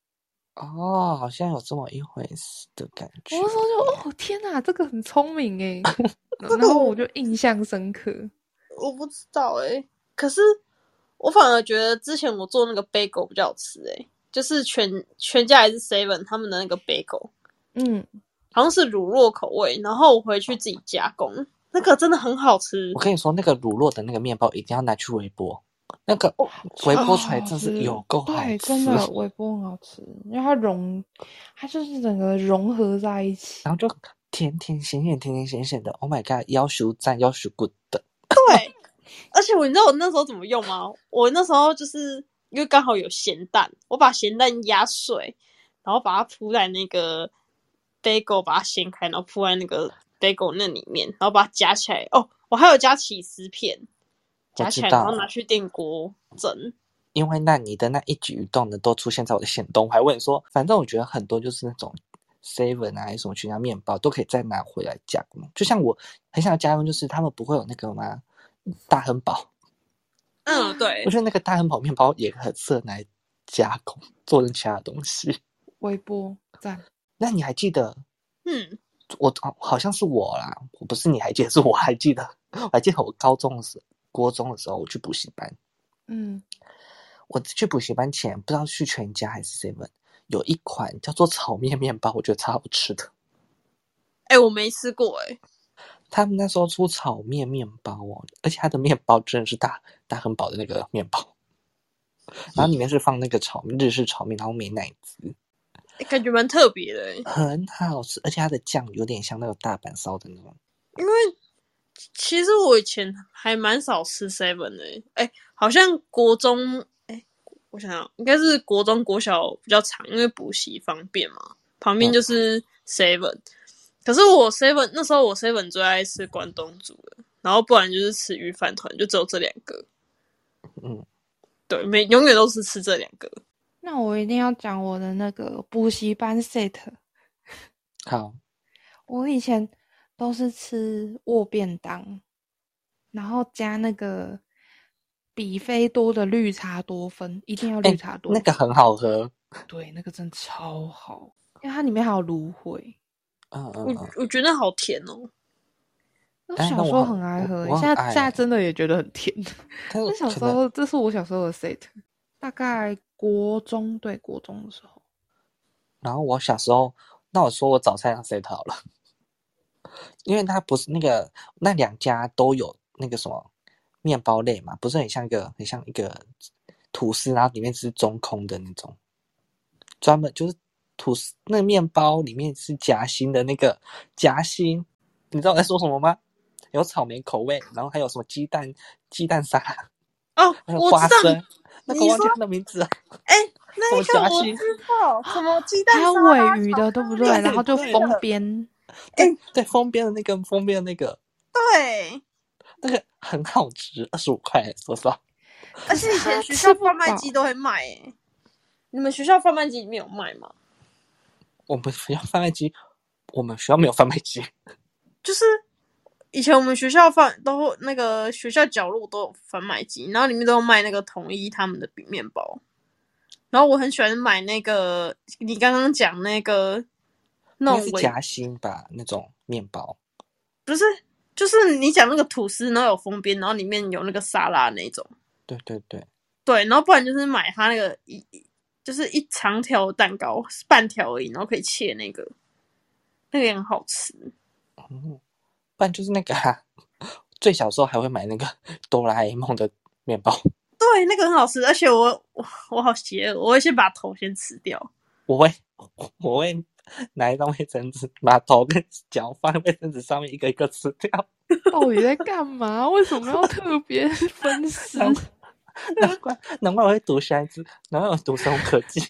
哦，好像有这么一回事的感觉。 我那时候就哦天哪，这个很聪明诶，然后我就印象深刻。 我不知道诶、欸，可是我反而觉得之前我做那个 bagel 比较好吃诶、欸，就是全全家还是 seven 他们的那个 bagel， 嗯， 好像是乳酪口味，然后我回去自己加工，那个真的很好吃。 我跟你说，那个乳酪的那个面包一定要拿去微波，那个微波出来真是有够好吃。 对，真的微波很好吃，因为它融，它就是整个融合在一起， 然后就甜甜咸咸，甜甜咸咸的。Oh my god， 要求赞，要求 good 的。 对，而且我你知道我那时候怎么用吗？我那时候就是因为刚好有咸蛋，我把咸蛋压碎，然后把它铺在那个 bagel， 把它掀开，然后铺在那个 bagel 那里面，然后把它夹起来。哦，我还有加起司片，夹起来，然后拿去电锅蒸。 因为那你的那一举一动呢，都出现在我的限动。我还问你说，反正我觉得很多就是那种 seven 啊，还是什么全家面包，都可以再拿回来加工。就像我很想加工，就是他们不会有那个吗？大亨堡。 嗯，对。 我觉得那个大亨堡面包也很适合拿来加工，做成其他东西。 微波赞。 那你还记得？ 嗯， 我好像是我啦，我不是你还记得，是我还记得。我还记得我高中的时候、国中的时候，我去补习班。 嗯。 我去补习班前，不知道去全家还是 seven， 有一款叫做炒面面包，我觉得超好吃的。 哎、欸，我没吃过哎、欸。 他们那时候出炒面面包哦，而且它的面包真的是大大汉堡的那个面包，然后里面是放那个炒日式炒面，然后没奶汁， 欸、感觉蛮特别的、欸， 很好吃，而且它的酱有点像那个大阪烧的那种。 因为其实我以前还蛮少吃 seven 的、欸，哎、欸，好像国中。我想想，应该是国中国小比较长，因为补习方便嘛，旁边就是 seven、嗯。可是我 seven 那时候我 seven 最爱吃关东煮了，然后不然就是吃鱼饭团，就只有这两个。 嗯， 对，每永远都是吃这两个。 那我一定要讲我的那个补习班 set。 好， 我以前都是吃握便当，然后加那个。比菲多的绿茶多酚，一定要绿茶多酚、 欸、那个很好喝。 对，那个真的超好，因为它里面还有芦荟。 嗯嗯嗯，我我觉得好甜哦。 我小时候很爱喝，欸、现在现在真的也觉得很甜。 但是小时候这是我小时候的 set， 大概国中对国中的时候。 然后我小时候，那我说我早餐要 set 好了，因为它不是那个那两家都有那个什么。面包类嘛，不是很像一个很像一个吐司，然后里面是中空的那种，专门就是吐司那个面包里面是夹心的那个夹心，你知道我在说什么吗？有草莓口味，然后还有什么鸡蛋鸡蛋沙拉哦， 还有花生，那个忘记它的名字了。 哎、欸，那个我知道，什么鸡蛋沙拉， 还有鲔鱼的，对不对？然后就封边， 哎、欸，对，封边的那个封边的那个， 对。 那个很好吃，二十五块，说实话。 而且以前学校贩卖机都会卖诶、欸，你们学校贩卖机里面有卖吗？ 我们学校贩卖机，我们学校没有贩卖机。 就是以前我们学校贩都那个学校角落都有贩卖机，然后里面都有卖那个统一他们的饼面包。然后我很喜欢买那个你刚刚讲那个那种是夹心吧，那种面包。 不是。就是你讲那个吐司，然后有封边，然后里面有那个沙拉那种。 对对对， 对，然后不然就是买它那个一，就是一长条蛋糕，半条而已，然后可以切那个，那个也很好吃。 嗯，不然就是那个、啊，最小时候还会买那个哆啦 A 梦的面包。 对，那个很好吃，而且我我我好邪恶，我会先把头先吃掉。 我会我会。拿一张卫生纸，把头跟脚放在卫生纸上面，一个一个吃掉。 到底在干嘛？为什么要特别分尸？ 难怪难怪我会读下一次，难怪我读生物科技。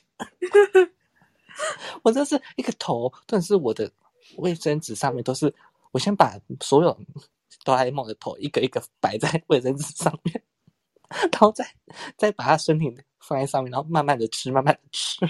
我这是一个头，但是我的卫生纸上面都是，我先把所有哆啦 A 梦的头一个一个摆在卫生纸上面，然后再再把它身体放在上面，然后慢慢的吃，慢慢的吃。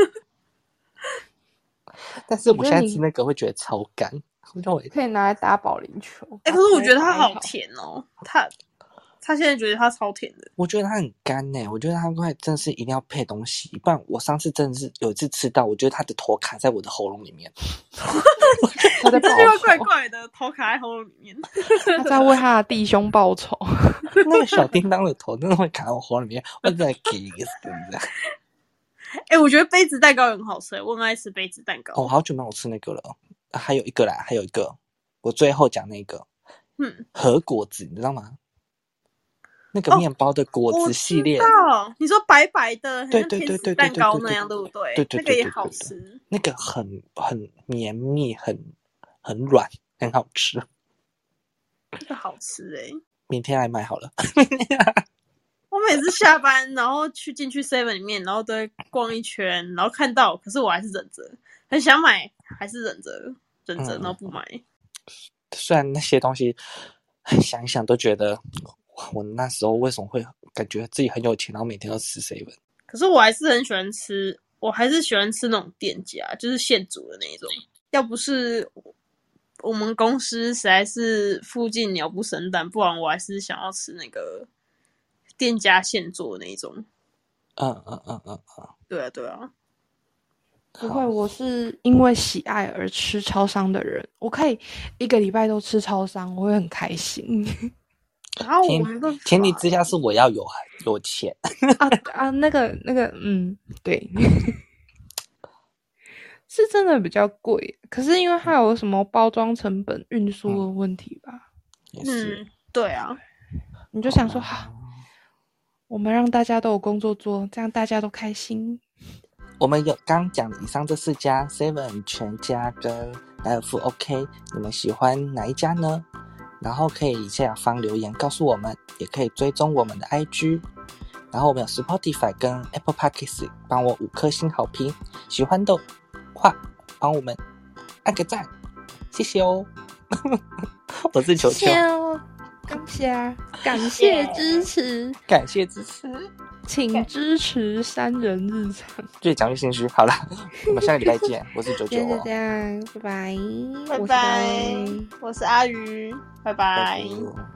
但是我现在吃那个会觉得超干， 可以拿来打保龄球。 哎、欸，可是我觉得它好甜哦，它他现在觉得它超甜的。 我觉得它很干耶、欸、我觉得它快真的是一定要配东西，不然我上次真的是有一次吃到，我觉得它的头卡在我的喉咙里面。 他在报这句话仇， 怪怪的，头卡在喉咙里面。 他在为他的弟兄报仇。 那个小叮当的头真的会卡在我喉咙里面，我真的给一个死的。 哎、欸，我觉得杯子蛋糕也很好吃，我很爱吃杯子蛋糕。 哦，好久没有吃那个了、啊。还有一个啦，还有一个，我最后讲那个，嗯，和果子，你知道吗？那个面包的果子系列， 哦、你说白白的，很像对对对对蛋糕那样，对不对？ 对对对， 那个也好吃。 那个很很绵密，很很软，很好吃。 那个好吃哎、欸， 明天来买好了。 我每次下班，然后去进去 seven 里面，然后都会逛一圈，然后看到，可是我还是忍着，很想买，还是忍着，忍着，然后不买。嗯、 虽然那些东西想一想都觉得，我那时候为什么会感觉自己很有钱，然后每天都吃 seven？ 可是我还是很喜欢吃，我还是喜欢吃那种店家，就是现煮的那一种。要不是我们公司实在是附近鸟不生蛋，不然我还是想要吃那个店家现做的那一种。 嗯嗯嗯嗯嗯， 对啊对啊。 不会，我是因为喜爱而吃超商的人，我可以一个礼拜都吃超商，我会很开心。 然后我们前前提之下是我要有有钱啊啊，那个那个，嗯，对，是真的比较贵，可是因为它有什么包装成本、运输的问题吧？ 嗯，嗯对啊， 你就想说好，我们让大家都有工作做，这样大家都开心。 我们有刚讲以上这四家 seven 全家跟莱尔富 OK， 你们喜欢哪一家呢？然后可以下方留言告诉我们，也可以追踪我们的 I G， 然后我们有 Spotify 跟 Apple Podcasts， 帮我五颗星好评，喜欢的话帮我们按个赞，谢谢哦。我是球球， 谢谢哦，感谢感谢支持， 感谢支持， 请支持三人日常， 越讲越心虚。好了，我们下个礼拜见。我是九九、哦， 就这样，拜拜， 拜拜，我是阿鱼，拜拜。 拜拜。